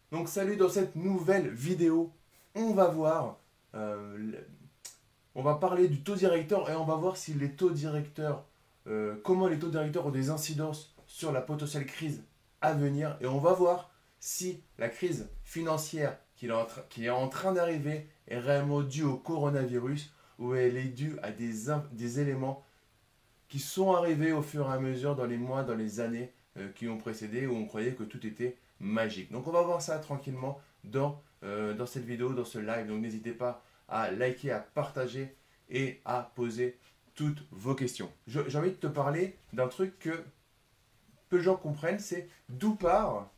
Donc salut, dans cette nouvelle vidéo, on va voir, on va parler du taux directeur et on va voir si les taux directeurs, comment les taux directeurs ont des incidences sur la potentielle crise à venir. Et on va voir si la crise financière qui est en train d'arriver est réellement due au coronavirus ou elle est due à des éléments qui sont arrivés au fur et à mesure dans les mois, dans les années qui ont précédé, où on croyait que tout était magique. Donc on va voir ça tranquillement dans cette vidéo, dans ce live. Donc n'hésitez pas à liker, à partager et à poser toutes vos questions. J'ai envie de te parler d'un truc que peu de gens comprennent, c'est d'où part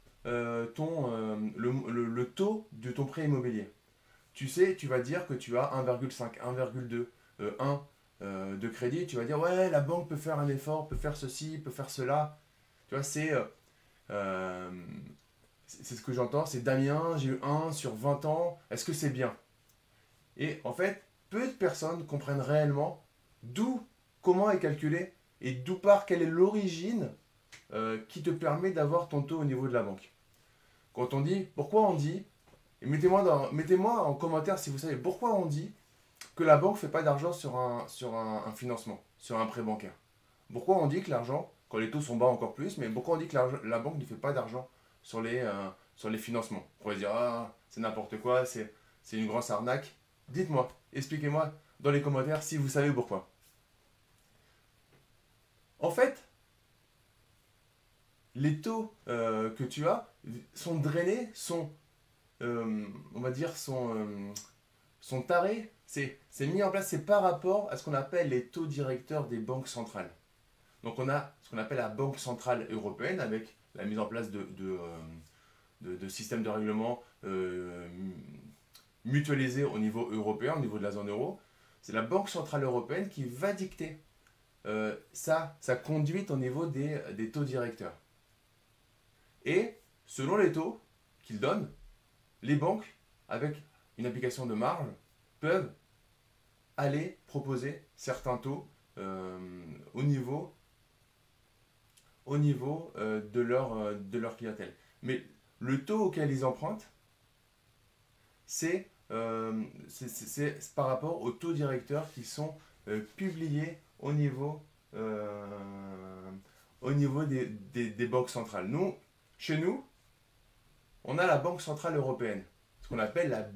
le taux de ton prêt immobilier. Tu sais, tu vas dire que tu as 1,5, 1,2, 1 de crédit. Tu vas dire, ouais, la banque peut faire un effort, peut faire ceci, peut faire cela. Tu vois, euh, c'est ce que j'entends. C'est Damien, j'ai eu 1 sur 20 ans. Est-ce que c'est bien? Et en fait, peu de personnes comprennent réellement d'où, comment est calculé et d'où part, quelle est l'origine qui te permet d'avoir ton taux au niveau de la banque. Quand on dit, pourquoi on dit, et mettez-moi en commentaire si vous savez pourquoi on dit que la banque ne fait pas d'argent sur un financement, sur un prêt bancaire. Pourquoi on dit que l'argent, quand les taux sont bas encore plus, mais pourquoi on dit que la banque ne fait pas d'argent sur les financements? On pourrait dire, ah, c'est n'importe quoi, c'est une grosse arnaque. Dites-moi, expliquez-moi dans les commentaires si vous savez pourquoi. En fait, les taux que tu as sont drainés, on va dire, sont tarés. C'est mis en place, c'est par rapport à ce qu'on appelle les taux directeurs des banques centrales. Donc on a ce qu'on appelle la Banque Centrale Européenne avec la mise en place de systèmes de règlement mutualisés au niveau européen, au niveau de la zone euro. C'est la Banque Centrale Européenne qui va dicter sa conduite au niveau des taux directeurs. Et selon les taux qu'ils donnent, les banques, avec une application de marge, peuvent aller proposer certains taux au niveau de leur clientèle. Mais le taux auquel ils empruntent, c'est par rapport aux taux directeurs qui sont publiés au niveau des banques centrales. Nous, chez nous, on a la Banque Centrale Européenne, ce qu'on appelle la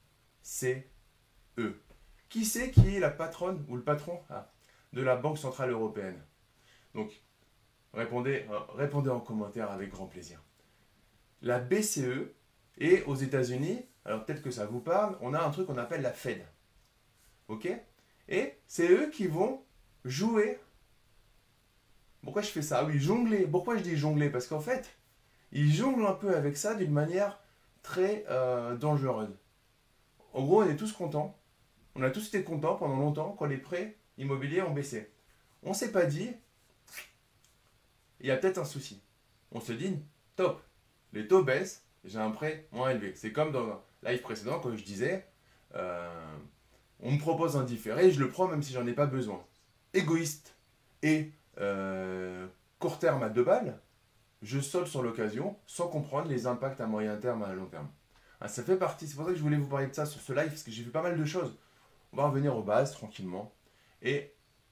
BCE. Qui c'est qui est la patronne ou le patron de la Banque Centrale Européenne? Donc, répondez en commentaire avec grand plaisir. La BCE et aux États-Unis, alors peut-être que ça vous parle, on a un truc qu'on appelle la Fed. Ok? Et c'est eux qui vont jouer. Pourquoi je fais ça? Ah oui, jongler. Pourquoi je dis jongler? Parce qu'en fait, ils jonglent un peu avec ça d'une manière très dangereuse. En gros, on est tous contents. On a tous été contents pendant longtemps quand les prêts immobiliers ont baissé. On ne s'est pas dit, il y a peut-être un souci. On se dit, top, les taux baissent, j'ai un prêt moins élevé. C'est comme dans le live précédent quand je disais, on me propose un différé, je le prends même si j'en ai pas besoin. Égoïste et court terme à 2 balles, je saute sur l'occasion sans comprendre les impacts à moyen terme et à long terme. Ça fait partie, c'est pour ça que je voulais vous parler de ça sur ce live, parce que j'ai vu pas mal de choses. On va revenir aux bases tranquillement. Et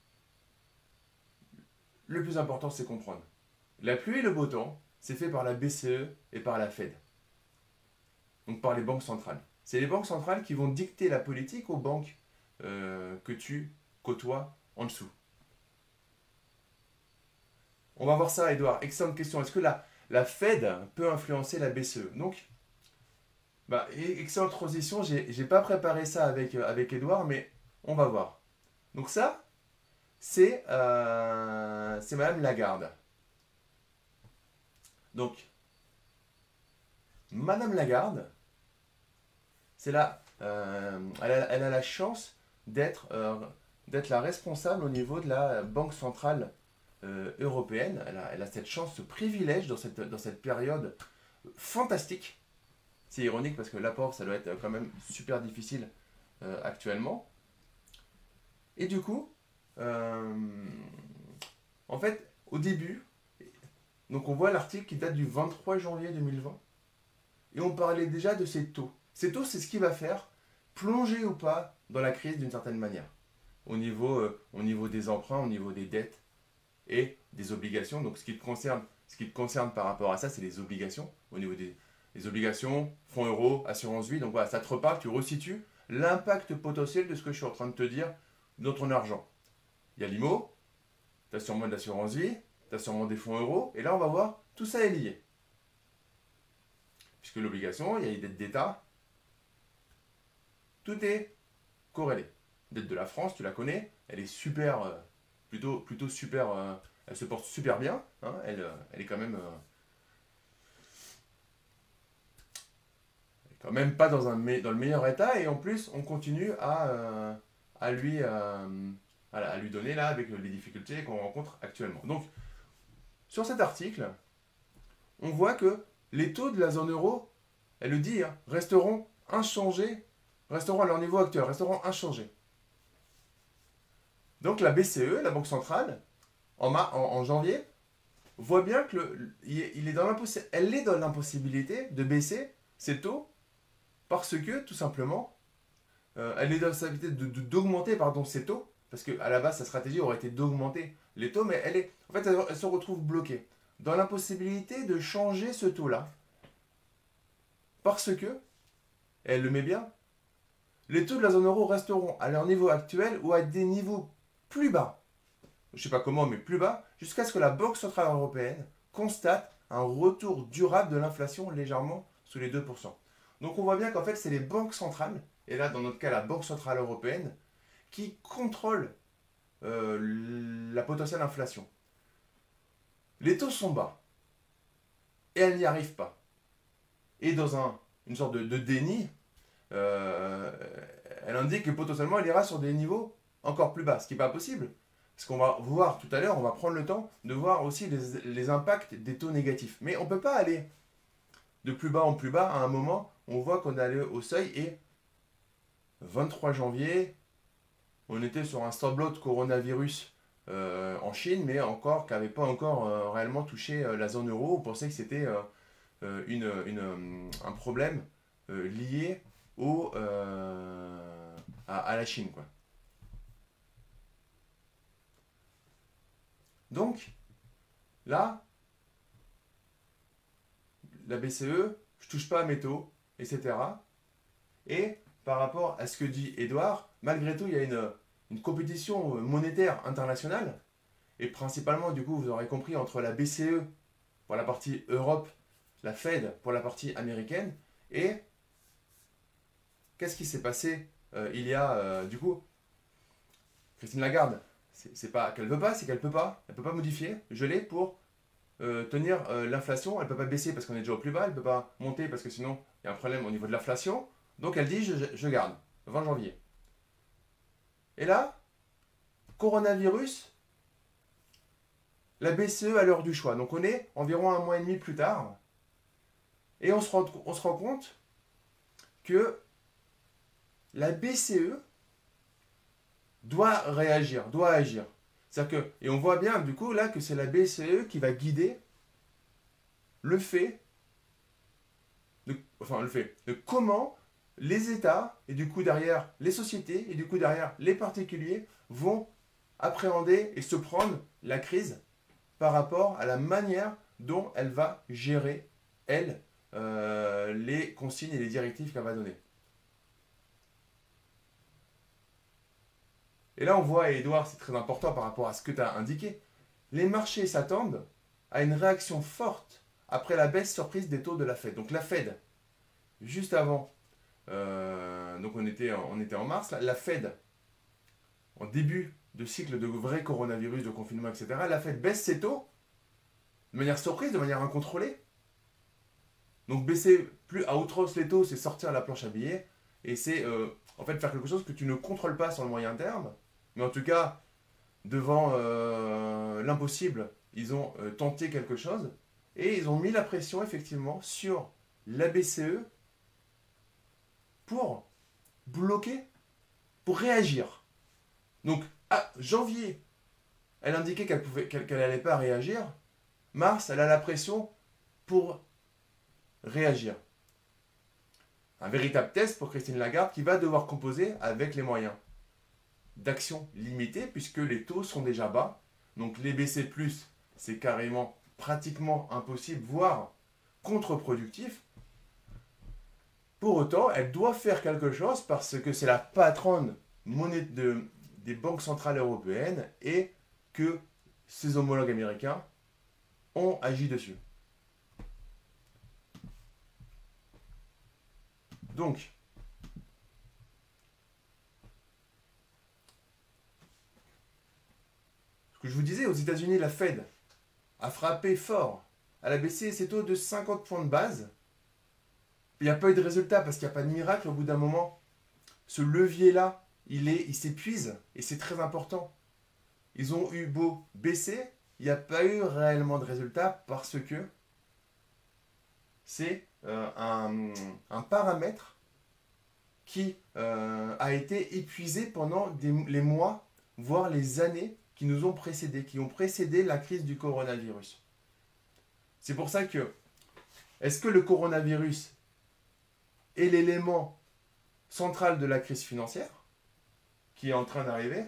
le plus important, c'est comprendre. La pluie et le beau temps, c'est fait par la BCE et par la Fed. Donc par les banques centrales. C'est les banques centrales qui vont dicter la politique aux banques que tu côtoies en dessous. On va voir ça, Edouard. Excellente question. Est-ce que la Fed peut influencer la BCE? Donc, excellente transition. J'ai pas préparé ça avec Edouard, mais on va voir. Donc ça, c'est Madame Lagarde. Donc, Madame Lagarde, elle a la chance d'être la responsable au niveau de la Banque centrale européenne. Elle a cette chance, ce privilège dans cette période fantastique. C'est ironique parce que la pauvre, ça doit être quand même super difficile actuellement. Et du coup, en fait, au début, donc on voit l'article qui date du 23 janvier 2020. et on parlait déjà de ces taux. Ces taux, c'est ce qui va faire plonger ou pas dans la crise d'une certaine manière, au niveau des emprunts, au niveau des dettes et des obligations. Donc ce qui te concerne par rapport à ça, c'est les obligations, au niveau des obligations, fonds euros, assurance vie. Donc voilà, ça te reparle, tu resitues l'impact potentiel de ce que je suis en train de te dire dans ton argent. Il y a l'IMO, tu as sûrement de l'assurance vie, tu as sûrement des fonds euros, et là on va voir, tout ça est lié. Puisque l'obligation, il y a les dettes d'État, tout est corrélé. Dette de la France, tu la connais, elle est super, plutôt super, elle se porte super bien, hein, elle est quand même pas dans le meilleur état, et en plus on continue à lui, voilà, à lui donner là avec les difficultés qu'on rencontre actuellement. Donc sur cet article, on voit que les taux de la zone euro, elle le dit, hein, resteront inchangés, resteront à leur niveau actuel, resteront inchangés. Donc la BCE, la Banque centrale, en janvier, voit bien que elle est dans l'impossibilité de baisser ses taux parce que, tout simplement, elle est dans l'impossibilité d'augmenter ses taux, parce qu'à la base, sa stratégie aurait été d'augmenter les taux, mais elle se retrouve bloquée dans l'impossibilité de changer ce taux-là, parce que, elle le met bien, les taux de la zone euro resteront à leur niveau actuel ou à des niveaux plus bas, je ne sais pas comment, mais plus bas, jusqu'à ce que la Banque centrale européenne constate un retour durable de l'inflation légèrement sous les 2%. Donc on voit bien qu'en fait, c'est les banques centrales, et là dans notre cas la Banque centrale européenne, qui contrôlent la potentielle inflation. Les taux sont bas, et elle n'y arrive pas. Et dans une sorte de déni, elle indique que potentiellement elle ira sur des niveaux encore plus bas, ce qui n'est pas possible. Parce qu'on va voir tout à l'heure, on va prendre le temps de voir aussi les impacts des taux négatifs. Mais on ne peut pas aller de plus bas en plus bas. À un moment, on voit qu'on est allé au seuil et 23 janvier, on était sur un stop-loss coronavirus en Chine, mais qui n'avait pas encore réellement touché la zone euro. On pensait que c'était un problème lié à la Chine, quoi. Donc, là, la BCE, je touche pas à mes taux, etc. Et par rapport à ce que dit Edouard, malgré tout, il y a une compétition monétaire internationale, et principalement, du coup, vous aurez compris, entre la BCE pour la partie Europe, la Fed pour la partie américaine, et qu'est-ce qui s'est passé il y a, du coup, Christine Lagarde, c'est pas qu'elle veut pas, c'est qu'elle peut pas. Elle peut pas modifier, geler pour tenir l'inflation. Elle peut pas baisser parce qu'on est déjà au plus bas. Elle peut pas monter parce que sinon il y a un problème au niveau de l'inflation. Donc elle dit je garde. 20 janvier. Et là, coronavirus, la BCE à l'heure du choix. Donc on est environ un mois et demi plus tard. Et on se rend compte que la BCE doit réagir, doit agir. Et on voit bien du coup là que c'est la BCE qui va guider le fait de comment les États et du coup derrière les sociétés et du coup derrière les particuliers vont appréhender et se prendre la crise par rapport à la manière dont elle va gérer, elle, les consignes et les directives qu'elle va donner. Et là, on voit, et Edouard, c'est très important par rapport à ce que tu as indiqué, les marchés s'attendent à une réaction forte après la baisse surprise des taux de la Fed. Donc la Fed, juste avant, donc on était en mars, la Fed, en début de cycle de vrai coronavirus, de confinement, etc., la Fed baisse ses taux de manière surprise, de manière incontrôlée. Donc baisser plus à outrance les taux, c'est sortir la planche à billets, et c'est en fait faire quelque chose que tu ne contrôles pas sur le moyen terme. Mais en tout cas, devant l'impossible, ils ont tenté quelque chose et ils ont mis la pression effectivement sur la BCE pour bloquer, pour réagir. Donc, à janvier, elle indiquait qu'elle n'allait pas réagir. Mars, elle a la pression pour réagir. un véritable test pour Christine Lagarde qui va devoir composer avec les moyens d'action limités puisque les taux sont déjà bas. Donc les baisser plus, c'est carrément pratiquement impossible, voire contre-productif. Pour autant, elle doit faire quelque chose parce que c'est la patronne des banques centrales européennes et que ses homologues américains ont agi dessus. Donc, ce que je vous disais, aux États-Unis, la Fed a frappé fort. Elle a baissé ses taux de 50 points de base. Il n'y a pas eu de résultat parce qu'il n'y a pas de miracle au bout d'un moment. Ce levier-là, il s'épuise et c'est très important. Ils ont eu beau baisser, il n'y a pas eu réellement de résultat parce que c'est un paramètre qui a été épuisé pendant les mois, voire les années qui nous ont précédés, qui ont précédé la crise du coronavirus. C'est pour ça que, est-ce que le coronavirus est l'élément central de la crise financière qui est en train d'arriver?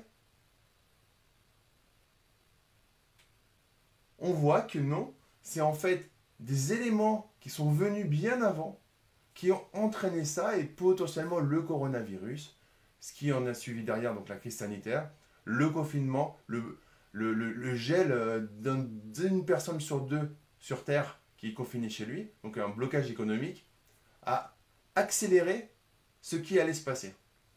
On voit que non, c'est en fait des éléments qui sont venus bien avant, qui ont entraîné ça et potentiellement le coronavirus, ce qui en a suivi derrière, donc la crise sanitaire, le confinement, le gel d'une personne sur deux sur Terre qui est confinée chez lui, donc un blocage économique, a accéléré ce qui allait se passer.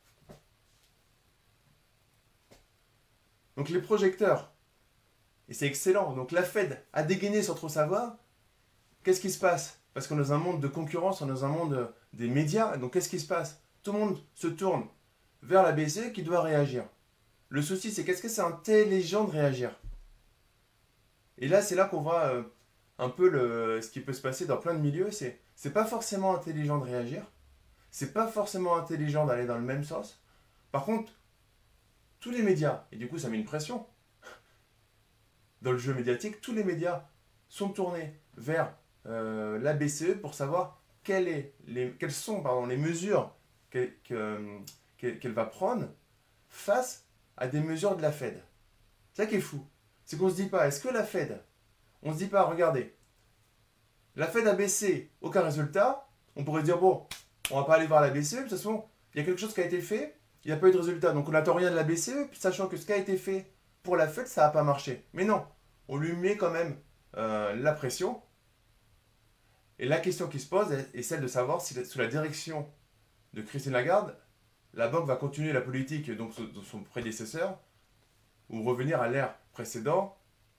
Donc les projecteurs, et c'est excellent, donc la Fed a dégainé sans trop savoir. Qu'est-ce qui se passe? Parce qu'on est dans un monde de concurrence, on est dans un monde des médias, donc qu'est-ce qui se passe? Tout le monde se tourne vers la BCE qui doit réagir. Le souci, c'est qu'est-ce que c'est intelligent de réagir? Et là, c'est là qu'on voit un peu ce qui peut se passer dans plein de milieux. C'est pas forcément intelligent de réagir. C'est pas forcément intelligent d'aller dans le même sens. Par contre, tous les médias, et du coup, ça met une pression. Dans le jeu médiatique, tous les médias sont tournés vers la BCE pour savoir quelles sont les mesures qu'elle va prendre face à des mesures de la Fed. C'est ça qui est fou. C'est qu'on ne se dit pas, est-ce que la Fed, on ne se dit pas, regardez, la Fed a baissé, aucun résultat, on pourrait dire, bon, on ne va pas aller voir la BCE, de toute façon, il y a quelque chose qui a été fait, il n'y a pas eu de résultat, donc on n'attend rien de la BCE, sachant que ce qui a été fait pour la Fed, ça n'a pas marché. Mais non, on lui met quand même la pression. Et la question qui se pose est celle de savoir si sous la direction de Christine Lagarde, la banque va continuer la politique donc de son prédécesseur ou revenir à l'ère précédent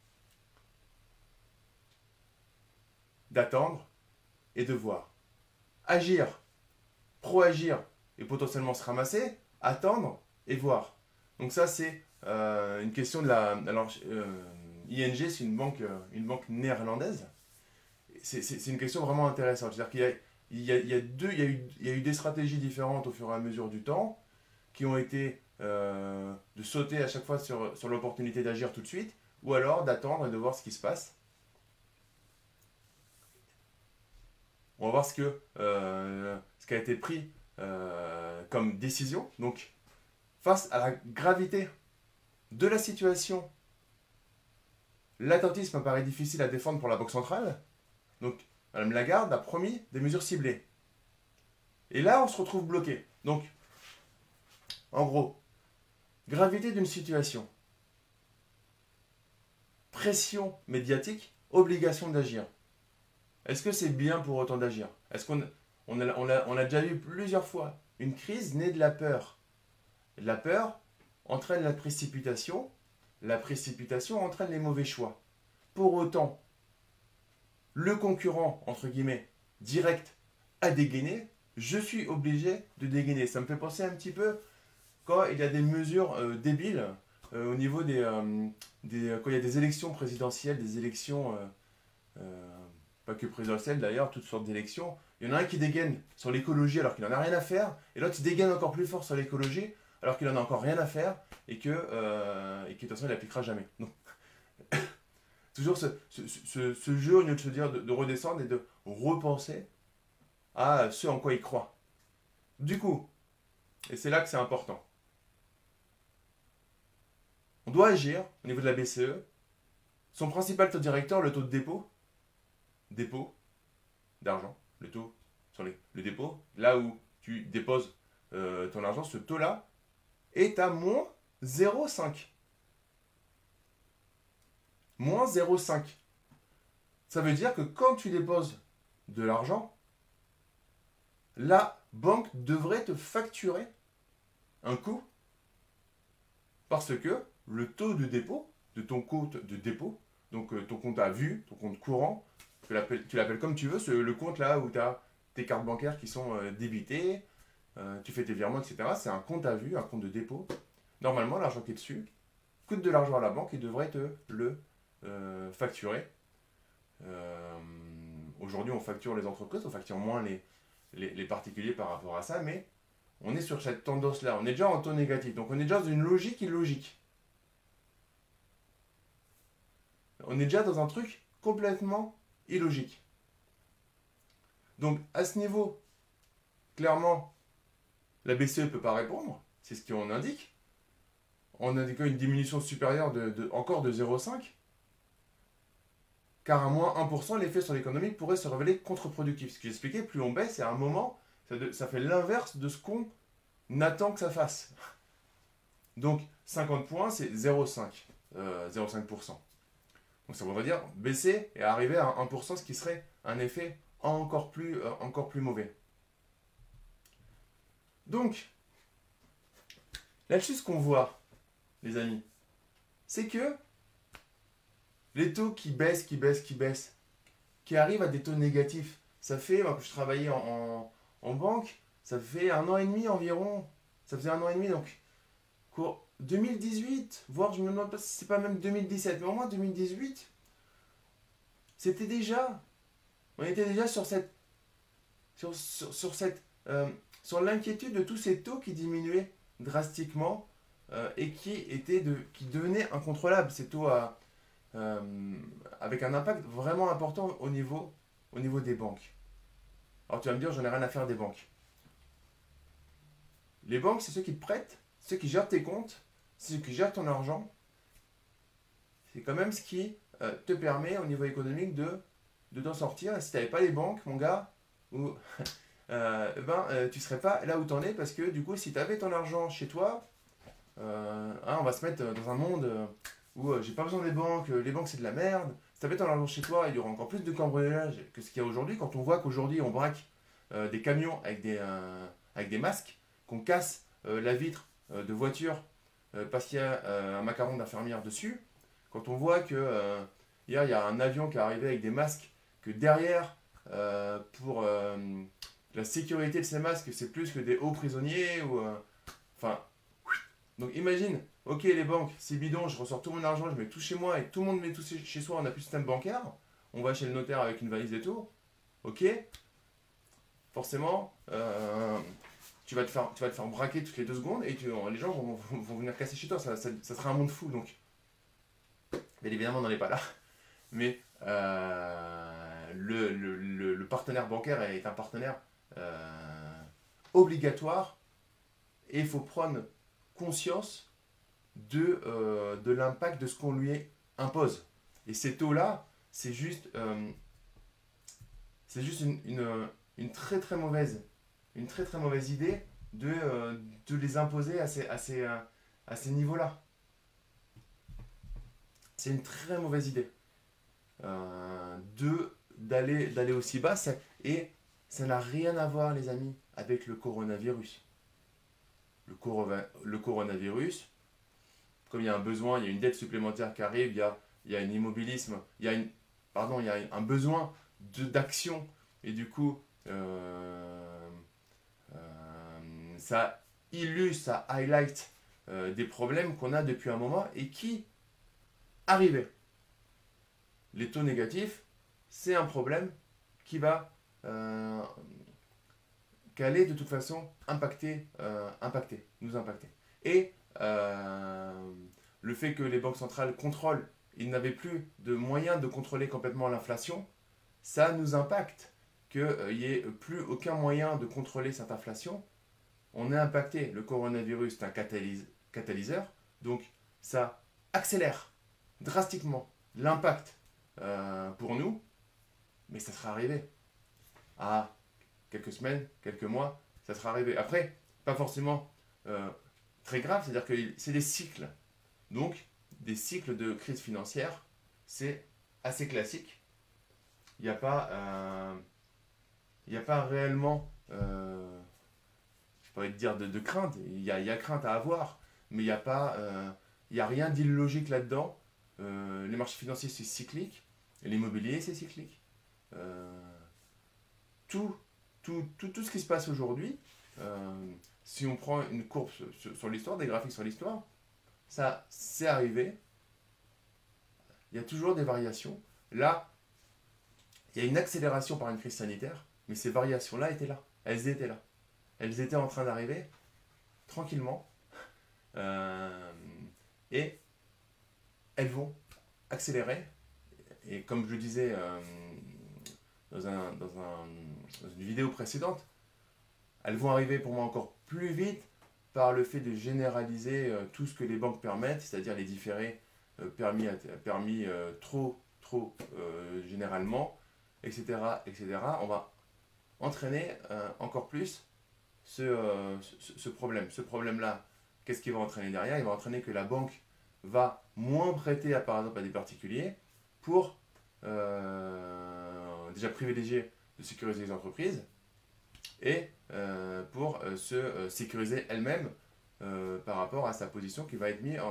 d'attendre et de voir. Agir, pro-agir et potentiellement se ramasser, attendre et voir. Donc ça c'est une question de la... Alors ING c'est une banque néerlandaise. C'est une question vraiment intéressante. C'est-à-dire qu'il y a eu des stratégies différentes au fur et à mesure du temps qui ont été de sauter à chaque fois sur l'opportunité d'agir tout de suite ou alors d'attendre et de voir ce qui se passe. On va voir ce qui a été pris comme décision. Donc, face à la gravité de la situation, l'attentisme me paraît difficile à défendre pour la Banque centrale. Donc, Mme Lagarde a promis des mesures ciblées. Et là, on se retrouve bloqué. Donc, en gros, gravité d'une situation, pression médiatique, obligation d'agir. Est-ce que c'est bien pour autant d'agir? Est-ce on a déjà vu plusieurs fois une crise née de la peur. La peur entraîne la précipitation entraîne les mauvais choix. Pour autant, le concurrent, entre guillemets, direct, a dégainé, je suis obligé de dégainer. Ça me fait penser un petit peu quand il y a des mesures débiles au niveau quand il y a des élections présidentielles, des élections, pas que présidentielles d'ailleurs, toutes sortes d'élections. Il y en a un qui dégaine sur l'écologie alors qu'il n'en a rien à faire, et l'autre qui dégaine encore plus fort sur l'écologie alors qu'il n'en a encore rien à faire, et que de toute façon il n'appliquera jamais. Donc, toujours ce jeu, au lieu de se dire de redescendre et de repenser à ce en quoi il croit. Du coup, et c'est là que c'est important, on doit agir au niveau de la BCE. Son principal taux directeur, le taux de dépôt d'argent, le taux sur le dépôt, là où tu déposes ton argent, ce taux-là est à moins 0,5. Moins 0,5. Ça veut dire que quand tu déposes de l'argent, la banque devrait te facturer un coût parce que le taux de dépôt de ton compte de dépôt, donc ton compte à vue, ton compte courant, tu l'appelles comme tu veux, le compte là où tu as tes cartes bancaires qui sont débitées, tu fais tes virements, etc. C'est un compte à vue, un compte de dépôt. Normalement, l'argent qui est dessus coûte de l'argent à la banque et devrait te le facturer. Aujourd'hui, on facture les entreprises, on facture moins les particuliers par rapport à ça, mais on est sur cette tendance-là. On est déjà en taux négatif, donc on est déjà dans une logique illogique. On est déjà dans un truc complètement illogique. Donc à ce niveau, clairement, la BCE ne peut pas répondre, c'est ce qu'on indique, en indiquant une diminution supérieure encore de 0,5, car à moins 1%, l'effet sur l'économie pourrait se révéler contre-productif. Ce que j'expliquais, plus on baisse, et à un moment, ça fait l'inverse de ce qu'on attend que ça fasse. Donc 50 points, c'est 0,5%. 0,5%. Donc ça voudrait dire baisser et arriver à 1%, ce qui serait un effet encore plus mauvais. Donc, là-dessus, ce qu'on voit, les amis, c'est que les taux qui baissent, qui arrivent à des taux négatifs, ça fait, moi, que je travaillais en banque, ça fait 1 an et demi environ. Ça faisait 1 an et demi, donc 2018, voire je me demande pas si c'est pas même 2017, mais au moins 2018, c'était déjà, on était déjà sur cette, sur l'inquiétude de tous ces taux qui diminuaient drastiquement et qui devenaient incontrôlables, ces taux avec un impact vraiment important au niveau des banques. Alors tu vas me dire, j'en ai rien à faire des banques. Les banques, c'est ceux qui te prêtent, ceux qui gèrent tes comptes, c'est ceux qui gèrent ton argent. C'est quand même ce qui te permet au niveau économique de t'en sortir. Et si tu n'avais pas les banques, mon gars, tu ne serais pas là où tu en es parce que du coup, si tu avais ton argent chez toi, on va se mettre dans un monde où j'ai pas besoin des banques, les banques c'est de la merde. Si tu avais ton argent chez toi, il y aurait encore plus de cambriolage que ce qu'il y a aujourd'hui. Quand on voit qu'aujourd'hui on braque des camions avec des masques, qu'on casse la vitre de voiture parce qu'il y a un macaron d'infirmière dessus, quand on voit que hier il y a un avion qui est arrivé avec des masques, que derrière, pour la sécurité de ces masques, c'est plus que des hauts prisonniers, enfin, donc imagine, ok les banques, c'est bidon, je ressors tout mon argent, je mets tout chez moi et tout le monde met tout chez soi, on n'a plus de système bancaire, on va chez le notaire avec une valise et tout, ok, forcément, tu vas te faire braquer toutes les 2 secondes et les gens vont venir casser chez toi, ça sera un monde fou donc. Bien évidemment, on n'en est pas là, mais le partenaire bancaire est un partenaire obligatoire et il faut prendre conscience de l'impact de ce qu'on lui impose. Et ces taux-là, c'est juste une très très mauvaise idée de les imposer à ces niveaux-là. C'est une très mauvaise idée d'aller aussi bas. Et ça n'a rien à voir, les amis, avec le coronavirus. Le coronavirus, comme il y a un besoin, il y a une dette supplémentaire qui arrive, il y a un immobilisme, il y a un besoin d'action. Et du coup, ça illustre, ça highlight des problèmes qu'on a depuis un moment et qui arrivaient. Les taux négatifs, c'est un problème qui va qu'allait de toute façon nous impacter. Et le fait que les banques centrales contrôlent, ils n'avaient plus de moyens de contrôler complètement l'inflation, ça nous impacte. Qu'il n'y ait plus aucun moyen de contrôler cette inflation, on est impacté. Le coronavirus est un catalyseur, donc ça accélère drastiquement l'impact pour nous, mais ça sera arrivé. À quelques semaines, quelques mois, ça sera arrivé. Après, pas forcément très grave, c'est-à-dire que c'est des cycles. Donc, des cycles de crise financière, c'est assez classique. Il n'y a pas, réellement, je pourrais te dire de crainte. Il y a crainte à avoir, mais il n'y a rien d'illogique là-dedans. Les marchés financiers, c'est cyclique. Et l'immobilier, c'est cyclique. Tout, tout ce qui se passe aujourd'hui, si on prend une courbe sur l'histoire, des graphiques sur l'histoire, ça, c'est arrivé. Il y a toujours des variations. Là, il y a une accélération par une crise sanitaire, mais ces variations-là étaient là. Elles étaient là. Elles étaient en train d'arriver tranquillement. Et elles vont accélérer. Et comme je le disais dans une vidéo précédente, elles vont arriver pour moi encore plus vite par le fait de généraliser tout ce que les banques permettent, c'est-à-dire les différés permis trop généralement, etc., etc. On va entraîner encore plus ce problème. Ce problème-là, qu'est-ce qu'il va entraîner derrière? Il va entraîner que la banque va moins prêter par exemple à des particuliers pour déjà privilégier de sécuriser les entreprises et pour se sécuriser elle-même par rapport à sa position qui va être mise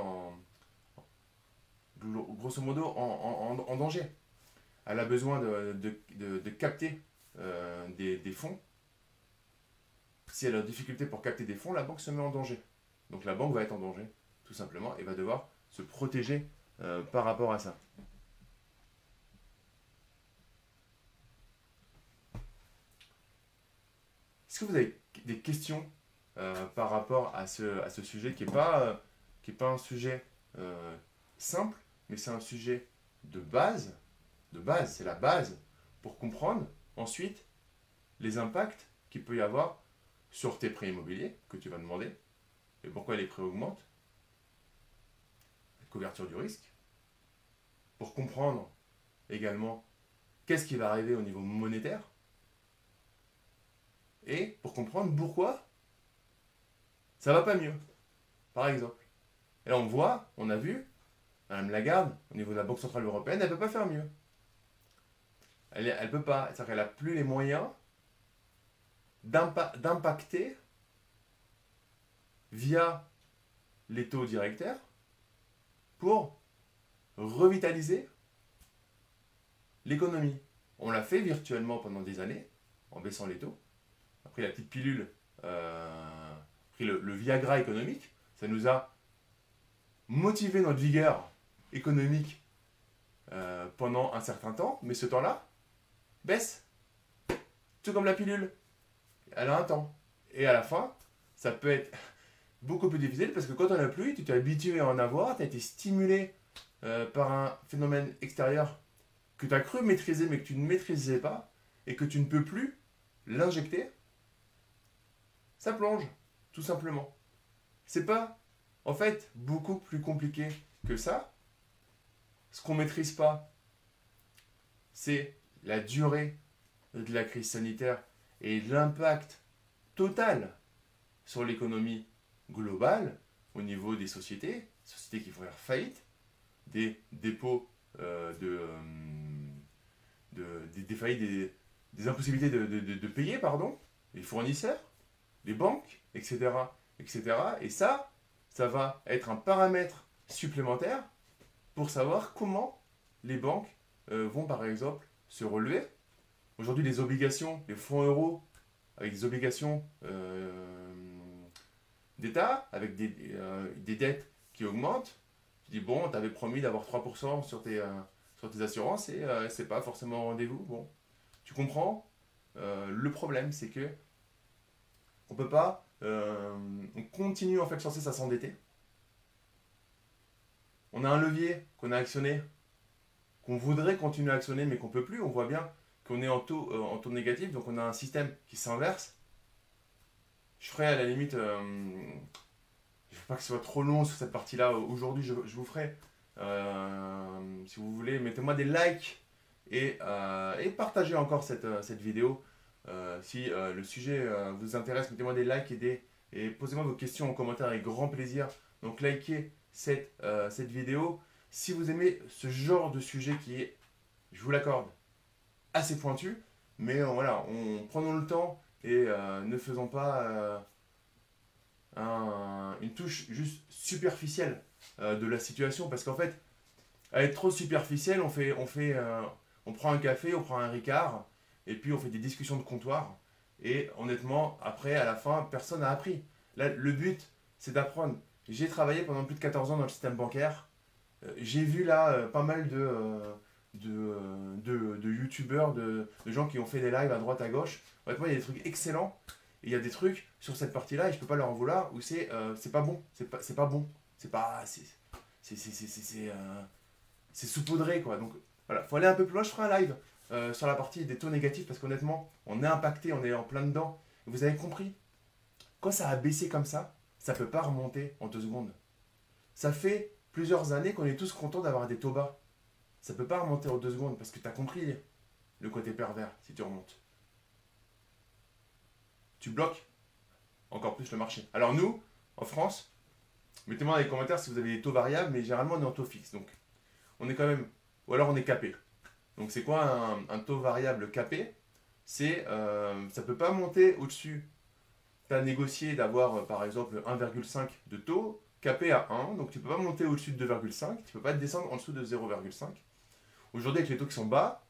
grosso modo en danger. Elle a besoin de capter des fonds. Si elle a des difficultés pour capter des fonds, la banque se met en danger. Donc la banque va être en danger, tout simplement, et va devoir se protéger par rapport à ça. Est-ce que vous avez des questions par rapport à ce sujet qui n'est pas un sujet simple, mais c'est un sujet de base. De base, c'est la base pour comprendre ensuite les impacts qu'il peut y avoir sur tes prêts immobiliers que tu vas demander et pourquoi les prêts augmentent, la couverture du risque, pour comprendre également qu'est-ce qui va arriver au niveau monétaire et pour comprendre pourquoi ça va pas mieux, par exemple. Et là, on a vu, Mme Lagarde, au niveau de la Banque Centrale Européenne, elle ne peut pas faire mieux. Elle ne peut pas, c'est-à-dire qu'elle n'a plus les moyens d'impacter via les taux directeurs pour revitaliser l'économie. On l'a fait virtuellement pendant des années, en baissant les taux. Après la petite pilule, pris le Viagra économique, ça nous a motivé notre vigueur économique pendant un certain temps, mais ce temps-là baisse. Tout comme la pilule. Elle a un temps. Et à la fin, ça peut être beaucoup plus difficile parce que quand on n'a plus, tu t'es habitué à en avoir, tu as été stimulé par un phénomène extérieur que tu as cru maîtriser mais que tu ne maîtrisais pas et que tu ne peux plus l'injecter, ça plonge, tout simplement. C'est pas, en fait, beaucoup plus compliqué que ça. Ce qu'on ne maîtrise pas, c'est la durée de la crise sanitaire et l'impact total sur l'économie globale au niveau des sociétés qui vont faire faillite, des dépôts des faillites, des impossibilités de payer, pardon, les fournisseurs, les banques, etc., etc. Et ça va être un paramètre supplémentaire pour savoir comment les banques vont, par exemple, se relever. Aujourd'hui, les obligations, les fonds euros, avec des obligations d'État, avec des dettes qui augmentent, tu dis, bon, tu avais promis d'avoir 3% sur tes assurances et c'est pas forcément au rendez-vous. Bon, tu comprends le problème, c'est que on peut pas, on continue en fait sans cesse à s'endetter. On a un levier qu'on a actionné, qu'on voudrait continuer à actionner, mais qu'on peut plus. On voit bien qu'on est en taux négatif, donc on a un système qui s'inverse. ferai à la limite, je ne veux pas que ce soit trop long sur cette partie-là. Aujourd'hui, je vous ferai. Si vous voulez, mettez-moi des likes et partagez encore cette vidéo. Si le sujet vous intéresse, mettez-moi des likes et posez-moi vos questions en commentaire avec grand plaisir. Donc likez cette vidéo. Si vous aimez ce genre de sujet qui est, je vous l'accorde, assez pointu, mais voilà, prenons le temps et ne faisons pas une touche juste superficielle de la situation, parce qu'en fait, à être trop superficiel, on prend un café, on prend un Ricard, et puis on fait des discussions de comptoir, et honnêtement, après, à la fin, personne n'a appris. Là, le but, c'est d'apprendre. J'ai travaillé pendant plus de 14 ans dans le système bancaire. J'ai vu là pas mal de youtubeurs, de gens qui ont fait des lives à droite à gauche. Honnêtement, il y a des trucs excellents. Et il y a des trucs sur cette partie-là, et je peux pas leur en vouloir, où c'est pas bon. C'est pas bon. C'est pas. C'est saupoudré, quoi. Donc voilà, faut aller un peu plus loin. Je ferai un live sur la partie des taux négatifs, parce qu'honnêtement, on est impacté, on est en plein dedans. Et vous avez compris, quand ça a baissé comme ça peut pas remonter en 2 secondes. Ça fait plusieurs années qu'on est tous contents d'avoir des taux bas. Ça peut pas remonter en 2 secondes, parce que tu as compris le côté pervers si tu remontes. Tu bloques encore plus le marché. Alors nous, en France, mettez-moi dans les commentaires si vous avez des taux variables, mais généralement on est en taux fixe. Donc on est quand même, ou alors on est capé. Donc c'est quoi un taux variable capé? C'est, ça peut pas monter au-dessus. Tu as négocié d'avoir par exemple 1,5 de taux, capé à 1, donc tu peux pas monter au-dessus de 2,5, tu peux pas descendre en dessous de 0,5. Aujourd'hui avec les taux qui sont bas,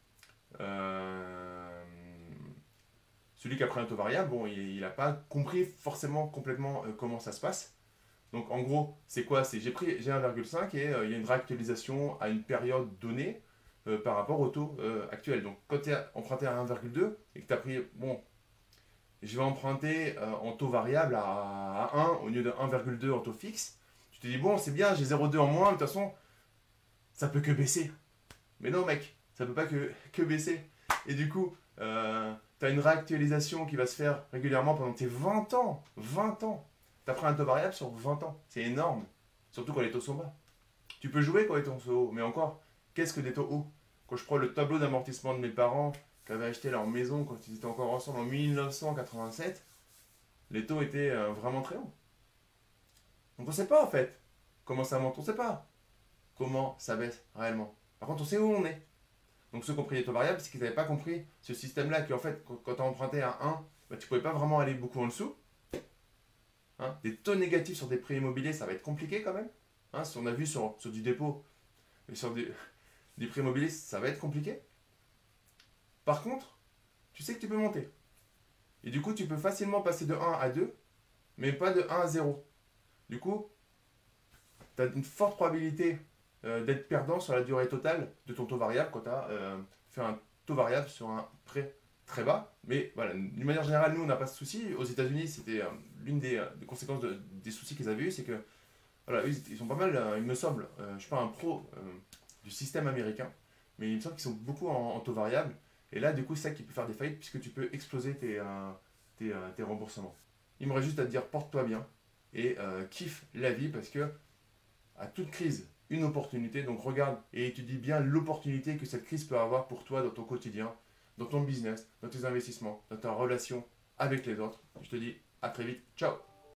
celui qui a pris un taux variable, bon, il n'a pas compris forcément complètement comment ça se passe. Donc en gros, c'est quoi? J'ai 1,5 et il y a une réactualisation à une période donnée par rapport au taux actuel. Donc quand tu as emprunté à 1,2 et que tu as pris, bon, je vais emprunter en taux variable à 1 au lieu de 1,2 en taux fixe, tu te dis, bon, c'est bien, j'ai 0,2 en moins, de toute façon, ça peut que baisser. Mais non, mec, ça peut pas que baisser. Et du coup, tu as une réactualisation qui va se faire régulièrement pendant tes 20 ans. 20 ans. Tu as pris un taux variable sur 20 ans. C'est énorme. Surtout quand les taux sont bas. Tu peux jouer quand les taux sont hauts. Mais encore, qu'est-ce que des taux hauts? Quand je prends le tableau d'amortissement de mes parents qui avaient acheté leur maison quand ils étaient encore ensemble en 1987, les taux étaient vraiment très hauts. Donc on ne sait pas en fait comment ça monte. On ne sait pas comment ça baisse réellement. Par contre, on sait où on est. Donc ceux qui ont pris les taux variables, c'est qu'ils n'avaient pas compris ce système-là, qui en fait, quand tu as emprunté à 1, bah, tu ne pouvais pas vraiment aller beaucoup en dessous. Hein, des taux négatifs sur des prêts immobiliers, ça va être compliqué quand même. Hein, si on a vu sur du dépôt, et sur des prêts immobiliers, ça va être compliqué. Par contre, tu sais que tu peux monter. Et du coup, tu peux facilement passer de 1 à 2, mais pas de 1 à 0. Du coup, tu as une forte probabilité d'être perdant sur la durée totale de ton taux variable quand tu as fait un taux variable sur un prêt très bas. Mais voilà, d'une manière générale, nous, on n'a pas ce souci. Aux États-Unis, c'était l'une des conséquences des soucis qu'ils avaient eu, c'est que voilà, eux, ils sont pas mal, il me semble, je ne suis pas un pro du système américain, mais il me semble qu'ils sont beaucoup en taux variable. Et là, du coup, c'est ça qui peut faire des faillites, puisque tu peux exploser tes remboursements. Il me reste juste à te dire, porte-toi bien et kiffe la vie, parce que à toute crise, une opportunité. Donc regarde et étudie bien l'opportunité que cette crise peut avoir pour toi dans ton quotidien, dans ton business, dans tes investissements, dans ta relation avec les autres. Je te dis à très vite. Ciao!